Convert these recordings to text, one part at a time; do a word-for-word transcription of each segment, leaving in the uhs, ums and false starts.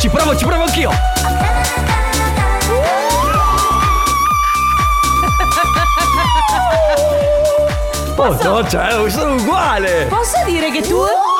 ci provo, ci provo anch'io. Oh no, cioè, sono uguale. Posso dire che tu...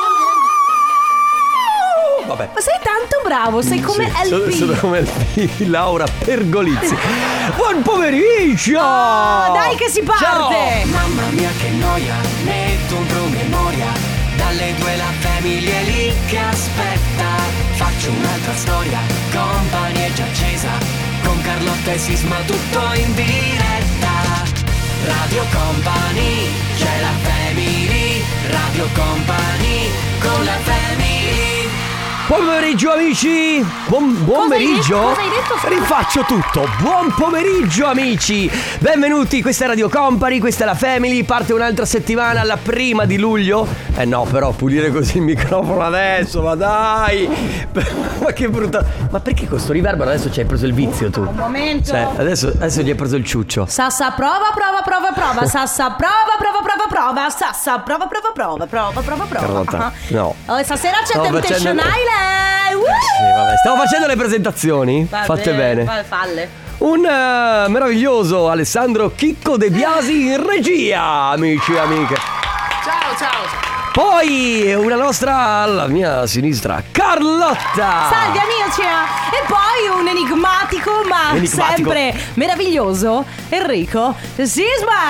Vabbè. Ma sei tanto bravo, sei come sì, L P. Sono, sono come L P, Laura Pergolizzi. Buon pomeriggio. Oh, dai che si parte. Ciao. Mamma mia che noia, metto un promemoria. Dalle due la famiglia è lì che aspetta. Faccio un'altra storia, Company è già accesa. Con Carlotta e Sisma tutto in diretta. Radio Company, c'è la family. Radio Company, con la family. Buon pomeriggio amici. Buon, buon Cosa hai pomeriggio. detto? Cosa hai detto? Rifaccio tutto. Buon pomeriggio amici. Benvenuti, questa è Radio Company, questa è la Family. Parte un'altra settimana, la prima di luglio. Eh no, però pulire così il microfono adesso, ma dai. Ma che brutta. Ma perché con sto riverbero adesso ci hai preso il vizio tu? Un momento. Cioè, adesso, adesso gli hai preso il ciuccio. Sassa prova, prova, prova, prova. Sassa prova, prova, prova, prova. Sassa prova, prova, prova, prova, prova, prova. Carlotta, no. Oh, stasera c'è Stavo Temptation facendo- Island. Uh! Sì, vabbè. Stavo facendo le presentazioni. Va Fatte bene. va- Falle. Un uh, meraviglioso Alessandro Chicco De Biasi in regia, amici e amiche. Ciao, ciao. Poi una nostra alla mia sinistra, Carlotta. Salve amici. E poi un enigmatico ma Enigmatico. sempre meraviglioso Enrico Sisma.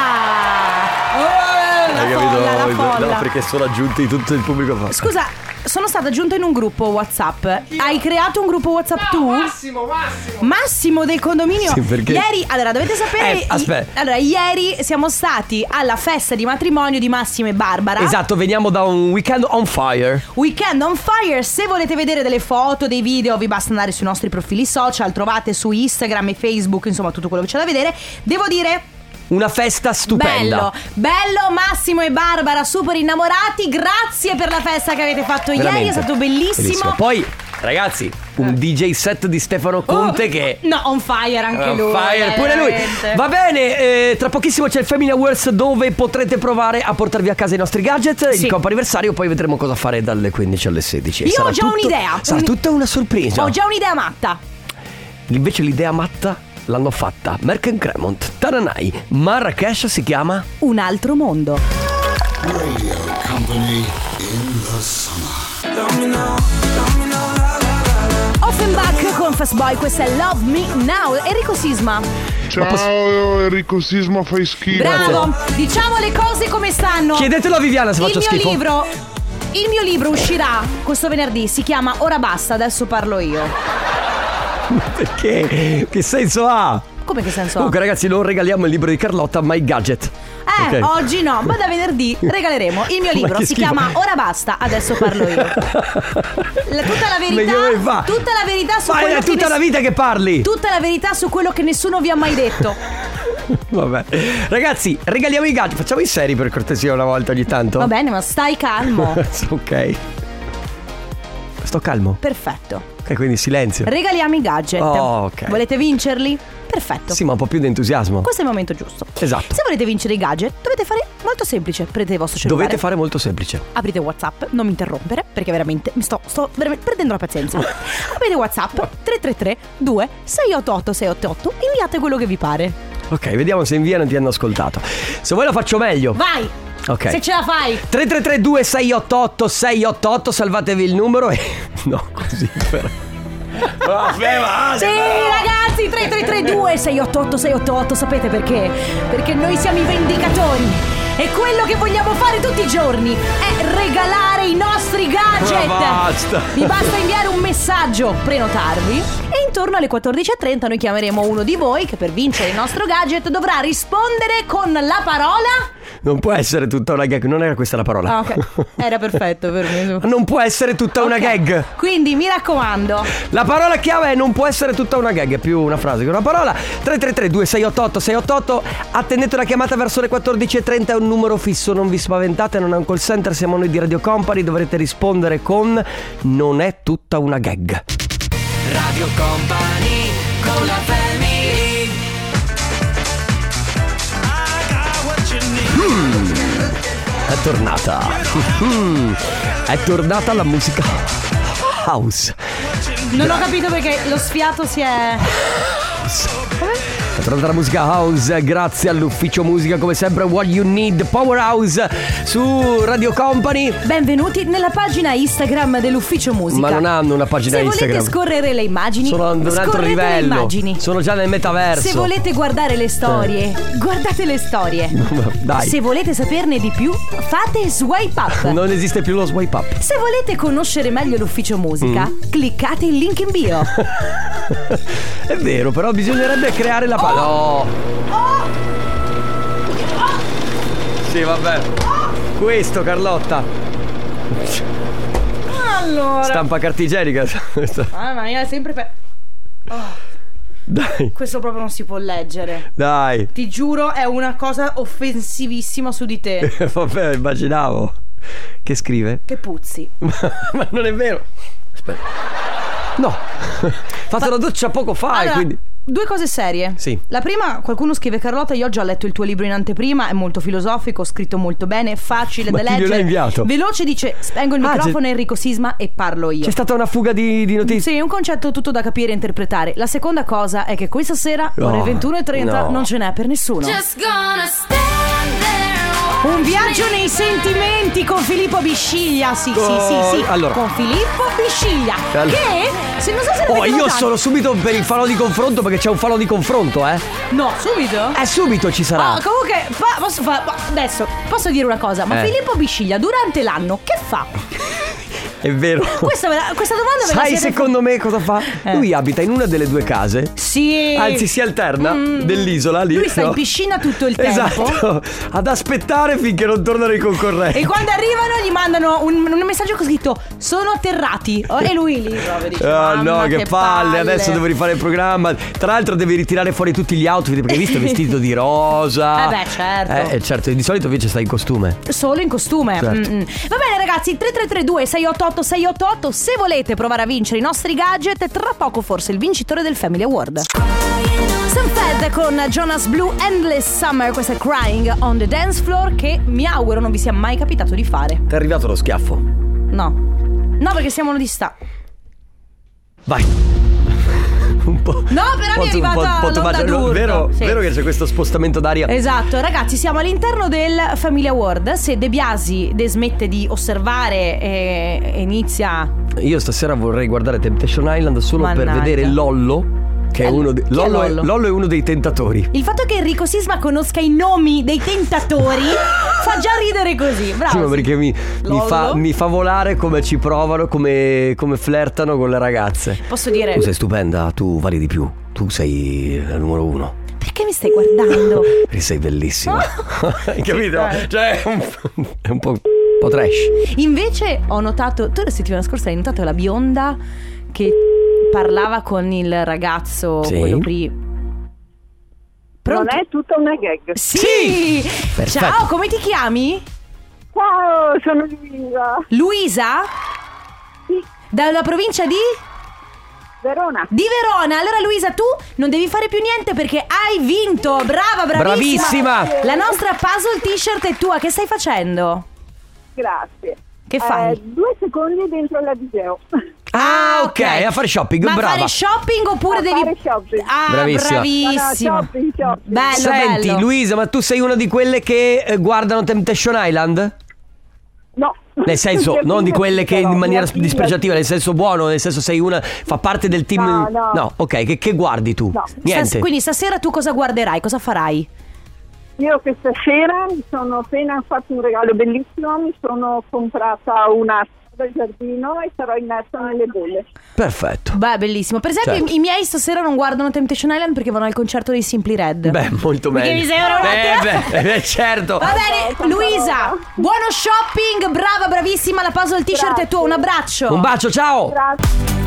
Oh, la Hai folla, la capito? folla. No, perché sono aggiunti tutto il pubblico fa. Scusa, sono stata aggiunta in un gruppo WhatsApp. Hai creato un gruppo WhatsApp tu? Massimo, Massimo. Massimo del condominio. Sì, perché? Ieri, allora dovete sapere Eh, aspetta. i- Allora, ieri siamo stati alla festa di matrimonio di Massimo e Barbara. Esatto, veniamo da un weekend on fire. Weekend on fire. Se volete vedere delle foto, dei video, vi basta andare sui nostri profili social. Trovate su Instagram e Facebook, insomma tutto quello che c'è da vedere. Devo dire, Una festa stupenda. bello, bello. Massimo e Barbara super innamorati. Grazie per la festa che avete fatto ieri, è Veramente. stato bellissimo. Poi, ragazzi, un D J set di Stefano Conte Oh, che no, on fire anche On lui. fire, eh, pure lui. veramente. Va bene, eh, tra pochissimo c'è il Family Awards dove potrete provare a portarvi a casa i nostri gadget. Sì. Il compo anniversario, poi vedremo cosa fare dalle quindici alle sedici. E Io sarà ho già tutto- un'idea. Sarà Un- tutta una sorpresa. Ho già un'idea matta. Invece l'idea matta l'hanno fatta Merck and Cremont, Taranai, Marrakesh si chiama. Un altro mondo. Radio Company in the summer. Offenbach con Fastboy, questa è Love Me Now. Enrico Sisma. Ciao Enrico Sisma, fai schifo. Bravo. Diciamo le cose come stanno. Chiedetelo a Viviana se Il faccio mio schifo. libro Il mio libro uscirà questo venerdì. Si chiama Ora basta, adesso parlo io. Perché? Che senso ha? Come che senso ha? Comunque ragazzi, non regaliamo il libro di Carlotta, ma i gadget. Eh, Ok. oggi no, ma da venerdì regaleremo il mio Ma libro. che Si schifo. chiama Ora basta, adesso parlo io. La- tutta la Ma che vuoi verità fa? Tutta la verità su Ma quello è che tutta ness- la vita che parli. Tutta la verità su quello che nessuno vi ha mai detto. Vabbè. Ragazzi, regaliamo i gadget. Facciamo i seri per cortesia una volta ogni tanto. Va bene, ma stai calmo. Ok. Sto calmo. Perfetto. Ok, quindi silenzio. Regaliamo i gadget. Oh, ok. Volete vincerli? Perfetto. Sì, ma un po' più di entusiasmo. Questo è il momento giusto. Esatto. Se volete vincere i gadget, dovete fare molto semplice. Prendete il vostro cellulare. Dovete fare molto semplice. Aprite WhatsApp, non mi interrompere, perché veramente mi sto, sto veramente perdendo la pazienza. Aprite WhatsApp tre tre tre due sei otto otto sei otto otto. Inviate quello che vi pare. Ok, vediamo se in via non ti hanno ascoltato. Se vuoi lo faccio meglio. Vai! Ok. Se ce la fai! tre tre tre due sei otto otto sei otto otto, salvatevi il numero e... No, così per... Vabbè, ma... Sì, ragazzi, tre tre tre due sei otto otto sei otto otto. Sapete perché? Perché noi siamo i vendicatori. E quello che vogliamo fare tutti i giorni è regalare i nostri gadget. Ma basta. Vi basta inviare un messaggio, prenotarvi, e intorno alle quattordici e trenta noi chiameremo uno di voi che per vincere il nostro gadget dovrà rispondere con la parola... Non può essere tutta una gag, non era questa la parola. Ah, ok. Era perfetto per me. Non può essere tutta una Ok. gag. Quindi mi raccomando, La parola chiave è non può essere tutta una gag, è più una frase che una parola. tre tre tre due sei otto otto sei otto otto. Attendete la chiamata verso le quattordici e trenta, è un numero fisso, non vi spaventate, non è un call center, siamo noi di Radio Company, dovrete rispondere con non è tutta una gag. Radio Company con la family. È tornata. È tornata la musica house. Non ho capito perché lo sfiato si è... È tornata la musica house, grazie all'ufficio musica, come sempre What You Need Powerhouse su Radio Company. Benvenuti nella pagina Instagram dell'ufficio musica. Ma non hanno una pagina Se Instagram. volete scorrere le immagini, sono ad un altro scorrete livello. le immagini. Sono già nel metaverso. Se volete guardare le storie, guardate le storie. Dai. Se volete saperne di più, fate swipe up. Non esiste più lo swipe up. Se volete conoscere meglio l'ufficio musica, Mm. cliccate il link in bio. È vero, però bisognerebbe creare la pagina. No. Sì, vabbè. Questo, Carlotta. Allora. Stampa carta igienica. Mamma mia, è sempre per... Oh, Dai, questo proprio non si può leggere. dai. Ti giuro, è una cosa offensivissima su di te. Vabbè, immaginavo. Che scrive? Che puzzi. Ma non è vero. Aspetta. No. Ho fatto la doccia poco fa Allora, e quindi... due cose serie. Sì. La prima, qualcuno scrive: Carlotta, io ho già letto il tuo libro in anteprima, è molto filosofico, scritto molto bene, facile Ma da chi gliel'ha leggere. inviato? Veloce, dice: spengo il Ah, microfono c'è- Enrico Sisma e parlo io. C'è stata una fuga di, di notizie. Sì, un concetto tutto da capire e interpretare. La seconda cosa è che questa sera, No, ore ventuno e trenta, no. non ce n'è per nessuno. Un viaggio nei sentimenti con Filippo Bisciglia. Sì, sì, sì, sì. allora. Con Filippo Bisciglia. Allora. Che, se non so se Oh, l'avete io notato- sono subito per il falò di confronto, perché c'è un falò di confronto, eh. No, subito? Eh, subito ci sarà. Ah, comunque, pa- posso fa- ma adesso posso dire una cosa, ma Eh. Filippo Bisciglia durante l'anno che fa? È vero. Questa, ve la- questa domanda ve la Sai siete secondo me cosa fa? Eh. Lui abita in una delle due case. Sì. Anzi, si alterna dell'isola lì. Lui sta no? in piscina tutto il tempo. Esatto. Ad aspettare finché non tornano i concorrenti. E quando arrivano gli mandano un, un messaggio con scritto: sono atterrati. Oh, e lui lì proprio dice: Ah, "Mamma, no, che, palle, adesso devo rifare il programma. Tra l'altro devi ritirare fuori tutti gli outfit, perché hai visto è vestito di rosa. Eh beh, certo. Eh, eh, certo, di solito invece stai in costume. Solo in costume. Certo. Mm-mm. Va bene ragazzi, tre tre tre due sei otto otto sei otto otto. Se volete provare a vincere i nostri gadget, tra poco forse il vincitore del Family Award. Sam Fed con Jonas Blue, Endless Summer. Questa è Crying on the Dance Floor, che mi auguro non vi sia mai capitato di fare. Ti è arrivato lo schiaffo. No. No, perché siamo di sta. Vai. Un po'. No, però mi è un po', arrivata un po' too l'onda much. d'urto. Vero, Sì. vero che c'è questo spostamento d'aria. Esatto, ragazzi, siamo all'interno del Family Award. Se De Biasi de smette di osservare e, e inizia. Io stasera vorrei guardare Temptation Island solo Mannaggia. per vedere Lollo, che è Eh, uno de- chi è Lollo, Lollo? È, Lollo è uno dei tentatori. Il fatto che Enrico Sisma conosca i nomi dei tentatori fa già ridere così. Bravo. Sì, ma sì. perché mi, mi, fa, Lollo? mi fa volare come ci provano, come, come flirtano con le ragazze. Posso dire. Tu sei stupenda, tu vali di più. Tu sei la numero uno. Perché mi stai guardando? Perché sei bellissima. Hai capito? Eh. Cioè, è un, è un po', un po' trash. Invece ho notato. Tu la settimana scorsa hai notato la bionda che parlava con il ragazzo, Sì. quello prima. Non è tutta una gag. Sì! Perfetto. Ciao, come ti chiami? Ciao, sono Luisa. Luisa? Sì, Dalla provincia di? Verona. Di Verona. Allora Luisa, tu non devi fare più niente perché hai vinto. Brava, bravissima. Bravissima. La nostra puzzle t-shirt è tua. Che stai facendo? Grazie. Che fai? Eh, due secondi dentro la Viseo. Ah, ok, a fare shopping, Ma brava. fare shopping oppure A devi fare shopping. Ah, Bravissima. bravissima. No, no, shopping, shopping. Bello, Senti, bello. Luisa, ma tu sei una di quelle che eh, guardano Temptation Island? No. Nel senso, Mia non di figlia quelle sì, che però, in maniera mia figlia dispregiativa, nel senso buono, nel senso sei una, fa parte del team. No, no. ok, che, che guardi tu? No. Niente. Stas- quindi stasera tu cosa guarderai? Cosa farai? Io questa sera mi sono appena fatto un regalo bellissimo, mi sono comprata una del giardino e sarò immersa nelle bolle. Perfetto. Beh, bellissimo. Per esempio, Certo. i, i miei stasera non guardano Temptation Island perché vanno al concerto dei Simply Red. Beh, molto Perché meglio. mi sembra un Eh, attimo- beh, eh, certo. Va bene, tanta Luisa, roba. buono shopping, brava, bravissima. La puzzle t-shirt è Grazie. tua. Un abbraccio. Un bacio, ciao. Grazie.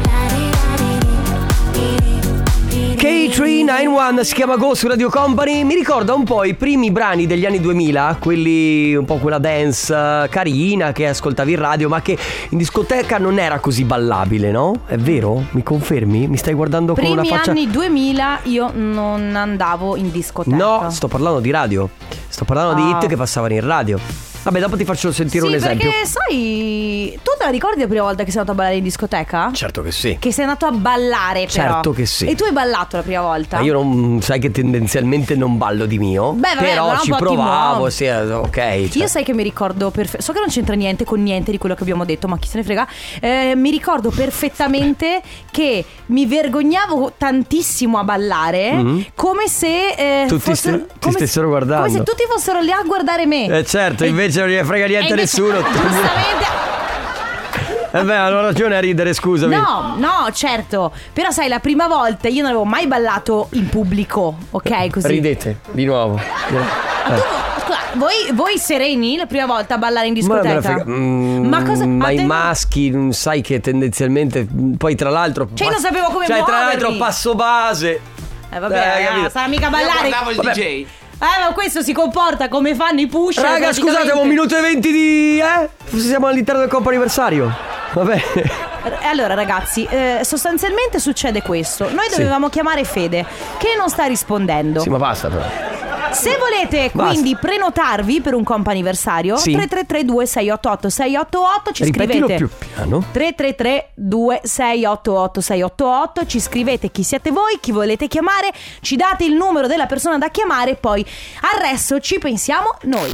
K tre nove uno si chiama Go su Radio Company. Mi ricorda un po' i primi brani degli anni duemila, quelli un po' quella dance eh, carina che ascoltavi in radio, ma che in discoteca non era così ballabile, no? È vero? Mi confermi? Mi stai guardando con una Primi faccia... anni duemila io non andavo in discoteca. No, sto parlando di radio. Sto parlando di Ah. hit che passavano in radio. Vabbè, dopo ti faccio sentire sì, un esempio. Perché sai, tu te la ricordi la prima volta che sei andato a ballare in discoteca? Certo che sì. Che sei andato a ballare, però. Certo che sì. E tu hai ballato la prima volta? Ma io non sai che tendenzialmente non ballo di mio. Beh, vabbè, però però ci un po' ti provavo, muovi. sì, ok. Cioè. Io sai che mi ricordo perfe- so che non c'entra niente con niente di quello che abbiamo detto, ma chi se ne frega. Eh, mi ricordo perfettamente che mi vergognavo tantissimo a ballare, Mm-hmm. come se eh, Tutti fossero, sti- ti come se- stessero guardando. Come se tutti fossero lì a guardare me. Eh certo, E- invece non gliene frega e niente a invece, nessuno. Giustamente. Eh beh, hanno ragione a ridere, scusami. No, no, certo. Però sai, la prima volta io non avevo mai ballato in pubblico, ok? Così. Ridete, di nuovo. Ma tu, scusa, voi, voi sereni la prima volta a ballare in Ma, me la discoteca? frega- mm, Ma cosa? ma a i te- maschi, mm, sai che tendenzialmente mm, poi tra l'altro Cioè, io non sapevo come Cioè tra muovermi. l'altro passo base. Eh vabbè, Eh, capito? ah, sarà mica ballare. il Vabbè. D J. Eh, ma questo si comporta come fanno i push. Raga, scusate, un minuto e venti di eh? Siamo all'interno del compo anniversario. Va bene. Allora ragazzi, eh, sostanzialmente succede questo. Noi Sì. dovevamo chiamare Fede, che non sta rispondendo. Sì, ma basta però. Se volete Basta. quindi prenotarvi per un comp anniversario, Sì. tre tre tre due sei otto otto sei otto otto, ci Ripetilo scrivete più piano. tre tre tre due sei otto otto sei otto otto, ci scrivete chi siete voi, chi volete chiamare, ci date il numero della persona da chiamare, poi al resto ci pensiamo noi.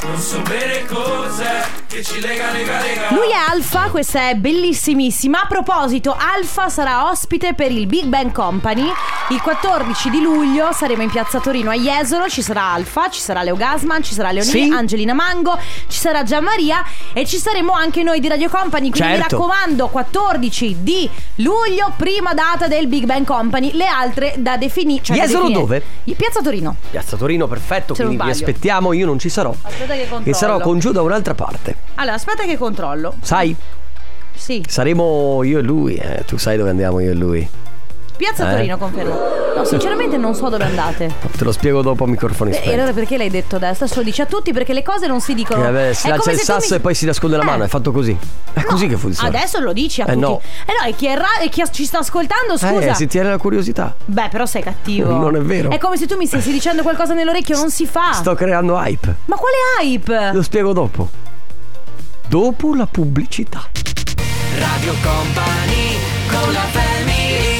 Lui è Alfa, questa è bellissimissima. A proposito, Alfa sarà ospite per il Big Bang Company il quattordici di luglio. Saremo in piazza Torino a Jesolo. Ci sarà Alfa, ci sarà Leo Gasman, ci sarà Leonie, Sì. Angelina Mango, ci sarà Gianmaria e ci saremo anche noi di Radio Company. Quindi Certo. mi raccomando, quattordici di luglio, prima data del Big Bang Company. Le altre da definire. Cioè da Jesolo definire. dove? Piazza Torino. Piazza Torino, perfetto, Se non quindi vi sbaglio. aspettiamo, io non ci sarò. Aspetta che controllo. E sarò con giù da un'altra parte. Allora, aspetta che controllo. Sai? Sì. Saremo io e lui, eh, tu sai dove andiamo io e lui. Piazza Eh? Torino, confermo. No, sinceramente non so dove andate. Te lo spiego dopo a microfoni E spenti. allora perché l'hai detto adesso? Adesso lo dici a tutti perché le cose non si dicono. Che vabbè, si È lancia come il se tu sasso mi- e poi si nasconde la Eh. mano, è fatto così. È così che funziona. Adesso lo dici a Eh, tutti. no. Eh no, e chi, è ra- e chi ci sta ascoltando, scusa. Eh, si tiene la curiosità. Beh, però sei cattivo. Non è vero. È come se tu mi stessi dicendo qualcosa nell'orecchio, non si fa. Sto creando hype. Ma quale hype? Lo spiego dopo. Dopo la pubblicità. Radio Company con la family.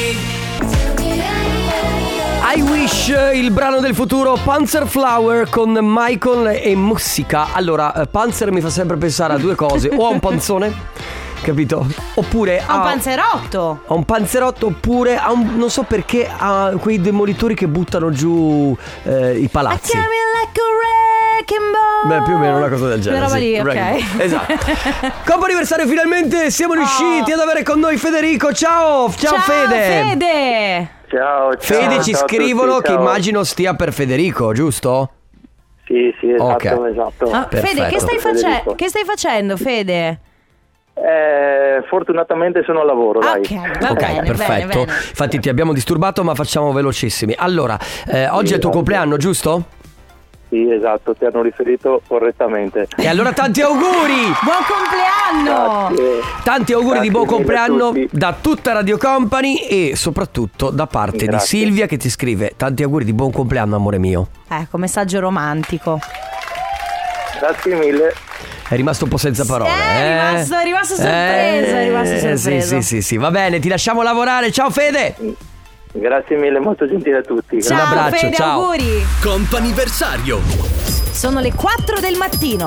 I Wish, il brano del futuro, Panzerflower con Michael e Musica. Allora, eh, Panzer mi fa sempre pensare a due cose. O a un panzone, capito? Oppure Ha un a panzerotto. a un panzerotto, oppure a un, non so perché, a quei demolitori che buttano giù eh, i I palazzi. carry like a wrecking ball. Beh, più o meno una cosa del genere. Quella roba sì. lì, ok. Right. Esatto. Compo anniversario, finalmente siamo riusciti ad avere con noi Federico. Ciao, ciao, Fede. Fede. Ciao, ciao. Fede ci ciao a scrivono tutti, che ciao. immagino stia per Federico, giusto? Sì, sì, esatto, Ok. esatto. Ah, Fede, Perfetto. che stai, face- Federico. che stai facendo, Fede? Eh, fortunatamente sono a lavoro, dai. Ok, va Ok, bene, perfetto. bene, bene. Infatti ti abbiamo disturbato, ma facciamo velocissimi. Allora, eh, oggi è il tuo esatto. compleanno, giusto? Sì, esatto, ti hanno riferito correttamente. E allora tanti auguri! Buon compleanno! Grazie. Tanti auguri Grazie di buon mille a compleanno tutti. da tutta Radio Company e soprattutto da parte di Grazie. Silvia che ti scrive: tanti auguri di buon compleanno, amore mio. Ecco, messaggio romantico. Grazie mille. È rimasto un po' senza parole. È eh? rimasto- è rimasto sorpreso, è rimasto Sì, sorpreso. sì, sì, sì, va bene, ti lasciamo lavorare. Ciao Fede. Grazie mille, molto gentile a tutti. Ciao abbraccio, Fede, ciao. auguri. Comp'anniversario. Sono le quattro del mattino.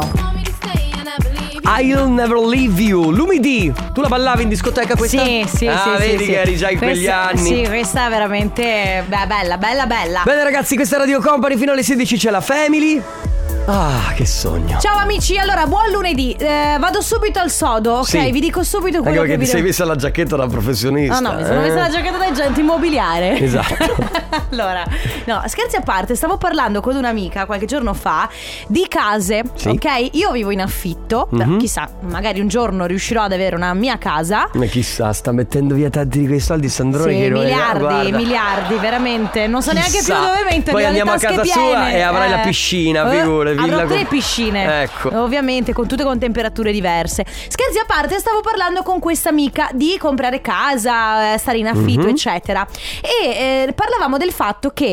I'll never leave you. Lumidì. Tu la ballavi in discoteca questa? Sì, sì, ah, sì. vedi sì, che sì. eri già in quegli Questa- anni. Sì, questa è veramente beh, bella, bella, bella. Bene ragazzi, questa è Radio Company, fino alle sedici c'è la Family. Ah, che sogno. Ciao amici, allora buon lunedì. Eh, vado subito al sodo, ok? Sì. Vi dico subito Anche quello perché che vi ti sei devo- messa la giacchetta da professionista. No, no, mi sono eh? messa la giacchetta da agente immobiliare. Esatto. Allora, no, scherzi a parte, stavo parlando con un'amica qualche giorno fa di case, Sì. ok? Io vivo in affitto, però Mhm. chissà, magari un giorno riuscirò ad avere una mia casa. Ma chissà, sta mettendo via tanti di quei soldi Sandrone Sì, che non è- miliardi, guarda. miliardi, veramente. Non so neanche Chissà. più dove metterli. Poi ho le andiamo a tasche casa piene. sua e avrai la piscina, Eh, figura, Avrò villa tre con- piscine. Ecco. Ovviamente, con tutte con temperature diverse. Scherzi a parte, stavo parlando con questa amica di comprare casa, eh, stare in affitto, Mhm. eccetera. E eh, parlavamo del fatto che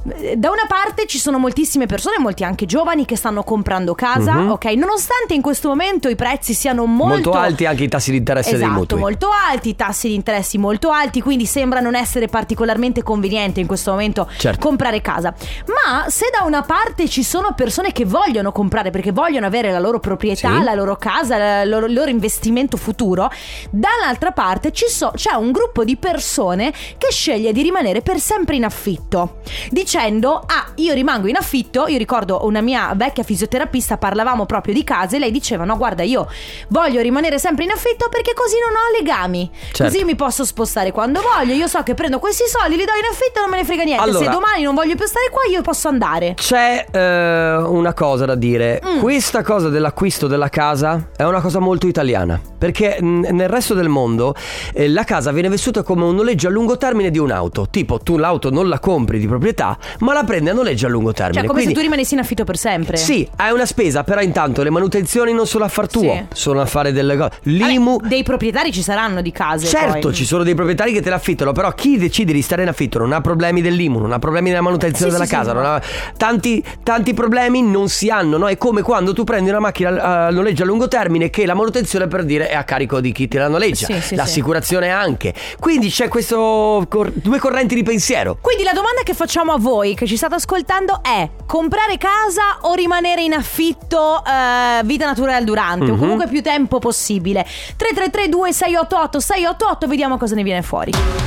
da una parte ci sono moltissime persone, molti anche giovani, che stanno comprando casa, mm-hmm. ok? Nonostante in questo momento i prezzi siano molto, molto alti, anche i tassi di interesse esatto, dei mutui molto alti, i tassi di interessi molto alti, quindi sembra non essere particolarmente conveniente in questo momento certo. comprare casa. Ma se da una parte ci sono persone che vogliono comprare perché vogliono avere la loro proprietà, sì. la loro casa, il loro, il loro investimento futuro, dall'altra parte ci so, c'è un gruppo di persone che sceglie di rimanere per sempre in affitto, dicendo ah io rimango in affitto. Io ricordo una mia vecchia fisioterapista, parlavamo proprio di case, lei diceva no guarda io voglio rimanere sempre in affitto perché così non ho legami, certo. così mi posso spostare quando voglio, io so che prendo questi soldi, li do in affitto e non me ne frega niente, allora, se domani non voglio più stare qua io posso andare. C'è eh, una cosa da dire, mm. questa cosa dell'acquisto della casa è una cosa molto italiana, perché mh, nel resto del mondo eh, la casa viene vissuta come un noleggio a lungo termine di un'auto, tipo tu l'auto non la compri di proprietà ma la prendi a noleggio a lungo termine, cioè come quindi, se tu rimanessi in affitto per sempre. Sì, hai una spesa, però intanto le manutenzioni non sono affar tuo, sì. sono affare delle cose. L'Imu Vabbè, dei proprietari ci saranno di case. Certo, poi. ci sono dei proprietari che te l'affittano, però chi decide di stare in affitto non ha problemi dell'Imu, non ha problemi della manutenzione sì, della sì, casa, sì, non ha tanti tanti problemi non si hanno, no? È come quando tu prendi una macchina a noleggio a lungo termine che la manutenzione per dire è a carico di chi te la noleggia, sì, sì, l'assicurazione sì. anche. Quindi c'è questo cor- due correnti di pensiero. Quindi la domanda che facciamo a voi che ci state ascoltando è: comprare casa o rimanere in affitto eh, vita naturale durante mm-hmm. o comunque più tempo possibile? Tre tre tre due sei otto otto sei otto otto, vediamo cosa ne viene fuori.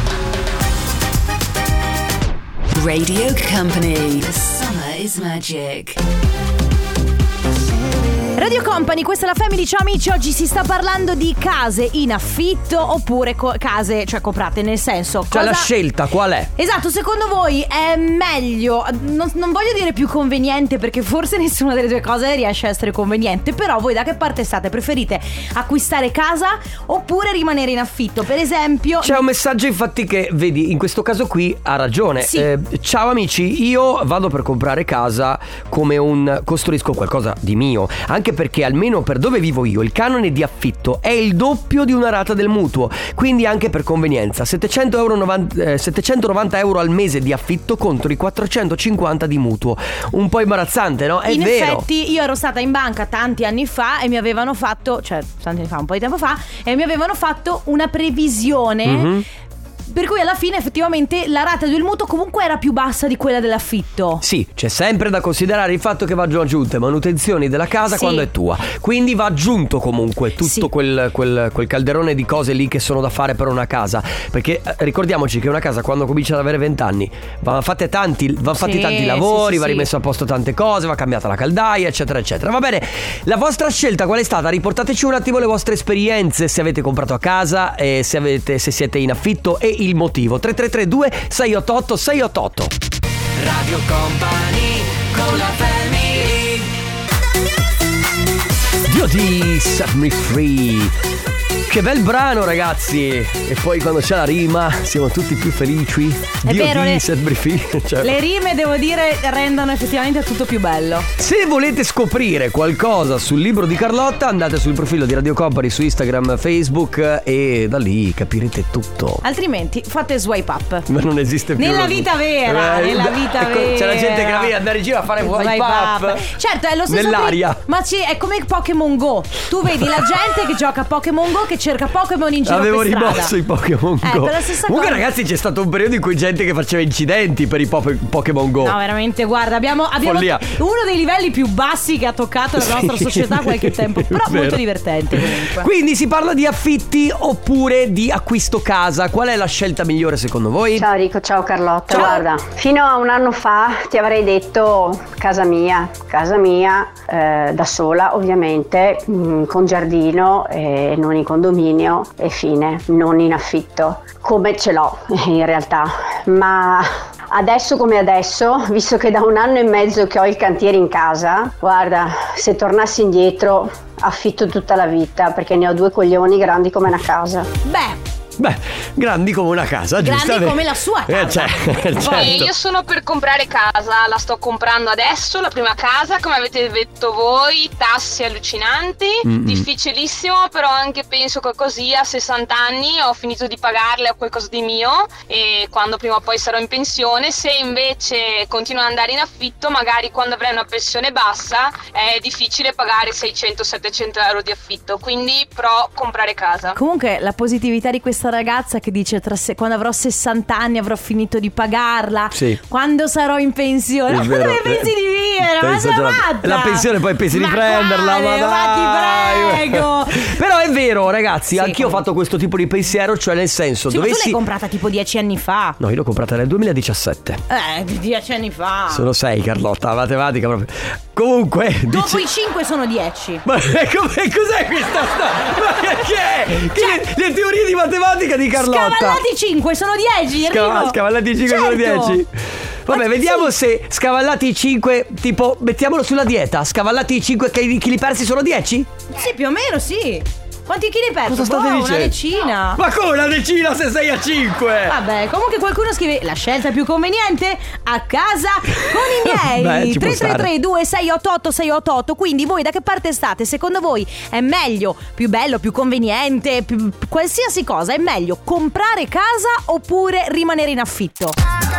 Radio Company. The summer is magic. Radio Company, questa è la Family. Ciao amici, oggi si sta parlando di case in affitto oppure co- case, cioè comprate, nel senso cioè cosa... la scelta qual è? Esatto, secondo voi è meglio, non, non voglio dire più conveniente perché forse nessuna delle due cose riesce a essere conveniente, però voi da che parte state? Preferite acquistare casa oppure rimanere in affitto? Per esempio c'è un messaggio infatti che vedi, in questo caso qui ha ragione, sì. eh, ciao amici, io vado per comprare casa come un costruisco qualcosa di mio, anche perché almeno per dove vivo io il canone di affitto è il doppio di una rata del mutuo, quindi anche per convenienza settecentonovanta euro al mese di affitto contro i quattrocentocinquanta di mutuo. Un po' imbarazzante, no? È in vero. effetti io ero stata in banca tanti anni fa e mi avevano fatto, cioè tanti anni fa, un po' di tempo fa, e mi avevano fatto una previsione mm-hmm. per cui alla fine effettivamente la rata del mutuo comunque era più bassa di quella dell'affitto. Sì, c'è sempre da considerare il fatto che vanno aggiunte manutenzioni della casa sì. quando è tua, quindi va aggiunto comunque tutto sì. quel, quel, quel calderone di cose lì che sono da fare per una casa, perché eh, ricordiamoci che una casa quando comincia ad avere venti anni vanno fatte tanti, vanno fatti sì, tanti lavori, sì, sì, va rimesso a posto tante cose, va cambiata la caldaia eccetera eccetera. Va bene, la vostra scelta qual è stata? Riportateci un attimo le vostre esperienze, se avete comprato a casa e se, avete, se siete in affitto e il motivo. Tre tre tre due sei otto otto sei otto otto. Radio Company con la Family. Dio di Set Me Free. Che bel brano ragazzi. E poi quando c'è la rima siamo tutti più felici. È Dio vero, di le, Set Me Free, cioè. Le rime devo dire rendono effettivamente tutto più bello. Se volete scoprire qualcosa sul libro di Carlotta andate sul profilo di Radio Company su Instagram, Facebook e da lì capirete tutto. Altrimenti fate swipe up. Ma non esiste più. Nella vita vera, eh, nella vita ecco, vera. C'è la gente che la vede andare in giro a fare swipe, swipe up. up Certo, è lo stesso nell'aria qui, ma ci, è come Pokémon Go. Tu vedi la gente che gioca a Pokémon Go, che cerca Pokémon in giro Avevo per strada. rimosso i Pokémon eh, Go. per la stessa Comunque cosa. ragazzi c'è stato un periodo in cui gente che faceva incidenti per i po- Pokémon Go. No veramente, guarda, abbiamo, abbiamo Follia. uno dei livelli più bassi che ha toccato la sì, nostra società qualche tempo. Però vero. molto divertente comunque. Quindi si parla di affitti oppure di acquisto casa. Qual è la scelta migliore secondo voi? Ciao Rico, ciao Carlotta. Ciao. Guarda, fino a un anno fa ti avrei detto casa mia, casa mia eh, da sola ovviamente, mh, con giardino e non in condominio e fine, non in affitto, come ce l'ho in realtà, ma adesso come adesso, visto che da un anno e mezzo che ho il cantiere in casa, guarda, se tornassi indietro affitto tutta la vita perché ne ho due coglioni grandi come una casa. Beh, Beh, grandi come una casa, grandi giustamente. come la sua casa. Eh, cioè, certo. Poi io sono per comprare casa, la sto comprando adesso, la prima casa, come avete detto voi, tassi allucinanti, Mm-mm. difficilissimo, però anche penso che così a sessanta anni ho finito di pagarle, ho qualcosa di mio e quando prima o poi sarò in pensione. Se invece continuo ad andare in affitto, magari quando avrai una pensione bassa è difficile pagare seicento settecento euro di affitto, quindi pro comprare casa. Comunque la positività di questa ragazza che dice tra se- quando avrò sessanta anni avrò finito di pagarla, Sì. quando sarò in pensione. È Ma vero. dove pensi di vivere? Ma Penso sei già la, matta? la pensione poi pensi Ma di prenderla, quale? ma Ma dai. ti prego. Però è vero, ragazzi, Sì, anch'io ho comunque. fatto questo tipo di pensiero, cioè nel senso, Sì, ma tu dovessi l'hai comprata tipo dieci anni fa. No, io l'ho comprata nel duemiladiciassette. Eh, dieci anni fa. Sono sei, Carlotta, la matematica proprio. Comunque, Dopo dici- i cinque sono dieci. Ma come, cos'è questa storia? Ma perché? Che le, le teorie di matematica di Carlotta. Scavallati cinque sono dieci. Sca- Enrico. Scavallati cinque sono Certo. dieci. Vabbè, Ma vediamo sì. se scavallati cinque, tipo, mettiamolo sulla dieta. Scavallati cinque chili persi sono dieci? Sì, più o meno sì. Quanti chili hai perso? Cosa state Boh, dicendo? Una decina. Ma come una decina se sei a cinque? Vabbè, comunque qualcuno scrive la scelta più conveniente a casa con i miei. Beh, ci può tre tre tre due sei otto otto sei otto otto. Quindi voi da che parte state? Secondo voi è meglio, più bello, più conveniente, più, qualsiasi cosa, è meglio comprare casa oppure rimanere in affitto?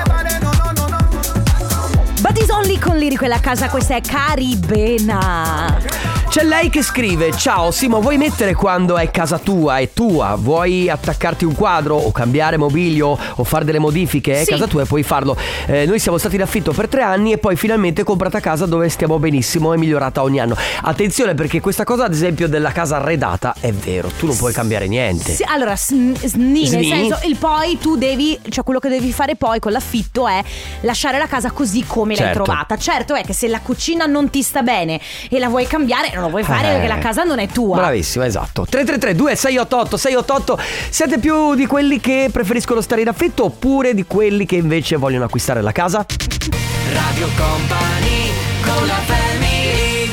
But is only con Lirico e la casa, questa è Caribena. C'è lei che scrive: ciao Simo, vuoi mettere quando è casa tua, è tua? Vuoi attaccarti un quadro o cambiare mobilio o fare delle modifiche? È Sì. casa tua e puoi farlo. eh, Noi siamo stati in affitto per tre anni e poi finalmente comprata casa dove stiamo benissimo e migliorata ogni anno. Attenzione, perché questa cosa ad esempio della casa arredata è vero, tu non puoi cambiare niente. Sì, allora, sn- sni, nel Sni? senso, il poi tu devi, cioè quello che devi fare poi con l'affitto è lasciare la casa così come l'hai Certo. trovata. Certo è che se la cucina non ti sta bene e la vuoi cambiare, non lo puoi fare Eh. perché la casa non è tua. Bravissima, esatto. tre tre tre due sei otto otto sei otto otto. Siete più di quelli che preferiscono stare in affitto oppure di quelli che invece vogliono acquistare la casa? Radio Company con la family.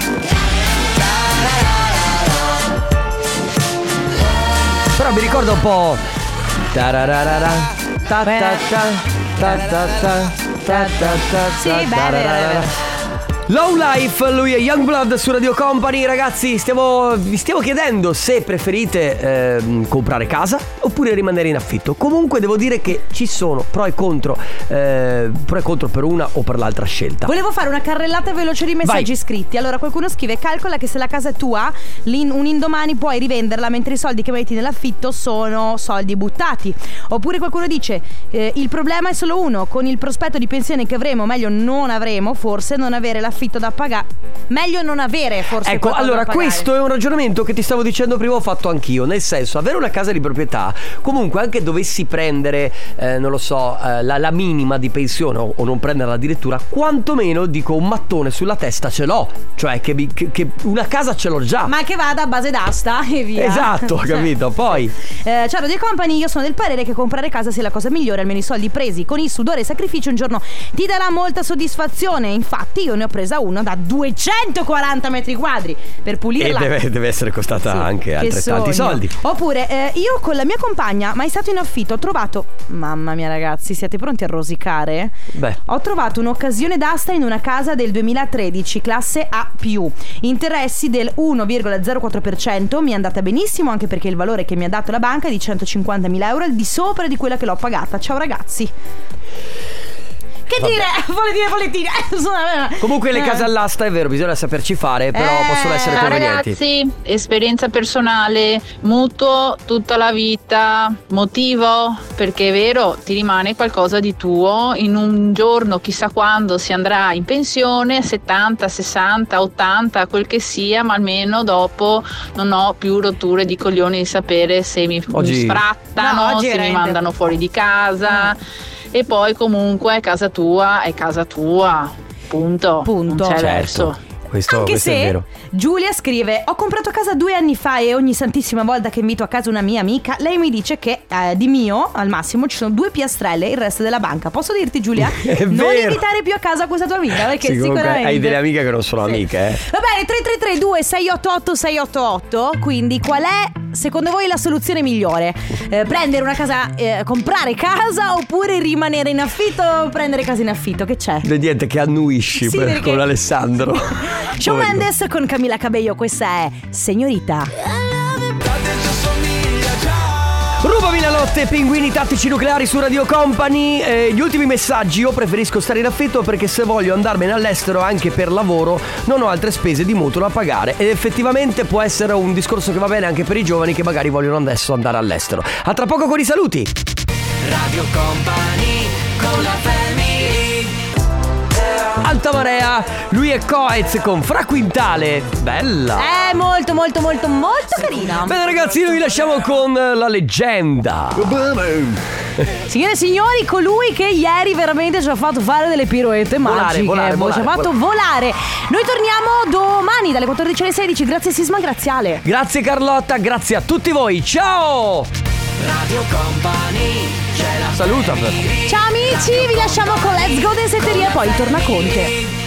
Però mi ricorda un po' tarararara, ta ta ta, ta ta ta, ta ta ta, Sì, ta beh, tararara. beh, beh. Low Life, lui è Youngblood su Radio Company. Ragazzi, stiamo, vi stiamo chiedendo se preferite ehm, comprare casa oppure rimanere in affitto. Comunque devo dire che ci sono pro e contro, eh, pro e contro per una o per l'altra scelta. Volevo fare una carrellata veloce di messaggi Vai. scritti. Allora qualcuno scrive: calcola che se la casa è tua, l'in- un indomani puoi rivenderla, mentre i soldi che metti nell'affitto sono soldi buttati. Oppure qualcuno dice eh, il problema è solo uno: con il prospetto di pensione che avremo, meglio non avremo, forse non avere l'affitto da pagare. Meglio non avere forse Ecco, qualcosa allora da pagare. questo è un ragionamento che ti stavo dicendo prima, ho fatto anch'io. Nel senso, avere una casa di proprietà, comunque anche dovessi prendere, eh, non lo so, eh, la, la minima di pensione o, o non prenderla addirittura, quantomeno dico un mattone sulla testa ce l'ho. Cioè che, mi- che, che una casa ce l'ho già. Ma che vada a base d'asta e via. Esatto, Cioè, capito? Poi Eh, ciao Radio Company, io sono del parere che comprare casa sia la cosa migliore, almeno i soldi presi con il sudore e sacrificio un giorno ti darà molta soddisfazione. Infatti io ne ho presa una da duecentoquaranta metri quadri per e pulirla. deve, deve essere costata Sì, anche che altrettanti sogno. soldi. Oppure eh, io con la mia compagna, mai stato in affitto, ho trovato, mamma mia ragazzi, siete pronti a rosicare? Beh, Ho trovato un'occasione d'asta in una casa del duemilatredici, classe A più, interessi del uno virgola zero quattro per cento. Mi è andata benissimo anche perché il valore che mi ha dato la banca è di centocinquantamila euro, al di sopra di quella che l'ho pagata. Ciao ragazzi. Che Vabbè. dire? Vuole dire Valentina. comunque le Eh. case all'asta è vero, bisogna saperci fare, però Eh, possono essere ciao, convenienti. Ragazzi, esperienza personale, mutuo tutta la vita, motivo perché è vero, ti rimane qualcosa di tuo, in un giorno chissà quando si andrà in pensione, settanta, sessanta, ottanta, quel che sia, ma almeno dopo non ho più rotture di coglioni di sapere se mi, Oggi- mi sfrattano, No, oggi se mi rende. mandano fuori di casa. E poi comunque casa tua è casa tua, punto, Punto. non c'è Certo. verso. Questo, Anche questo se è vero. Giulia scrive: ho comprato casa due anni fa e ogni santissima volta che invito a casa una mia amica, lei mi dice che eh, di mio al massimo ci sono due piastrelle e il resto della banca. Posso dirti, Giulia? È non vero. invitare più a casa questa tua amica, perché Sì, comunque sicuramente hai delle amiche che non sono Sì. amiche, eh. Va bene, tre tre tre due sei otto otto sei otto otto. Quindi qual è secondo voi la soluzione migliore? Eh, prendere una casa, eh, comprare casa oppure rimanere in affitto o prendere casa in affitto? Che c'è? Niente, che annuisci Sì, per- perché- con Alessandro. Shawn Poverino. Mendes con Camila Cabello, questa è Signorita. Rubami la notte, pinguini tattici nucleari su Radio Company. Eh, gli ultimi messaggi: io preferisco stare in affitto perché se voglio andarmene all'estero anche per lavoro non ho altre spese di mutuo da pagare. Ed effettivamente può essere un discorso che va bene anche per i giovani che magari vogliono adesso andare all'estero. A tra poco con i saluti. Radio Company con la family. Alta Marea, lui è Coez con Fra Quintale. Bella. È molto molto molto molto carina. Bene ragazzi, noi vi lasciamo con la leggenda. Signore e signori, colui che ieri veramente ci ha fatto fare delle piroette Volare, magiche, volare, boh, ci ha volare, fatto volare. Noi torniamo domani dalle quattordici alle sedici. Grazie Sisma, grazie Ale. Grazie Carlotta, grazie a tutti voi. Ciao. Radio Company c'è la Saluta. family. Ciao amici, vi lasciamo con Let's Go Densetteria e poi torna Conte.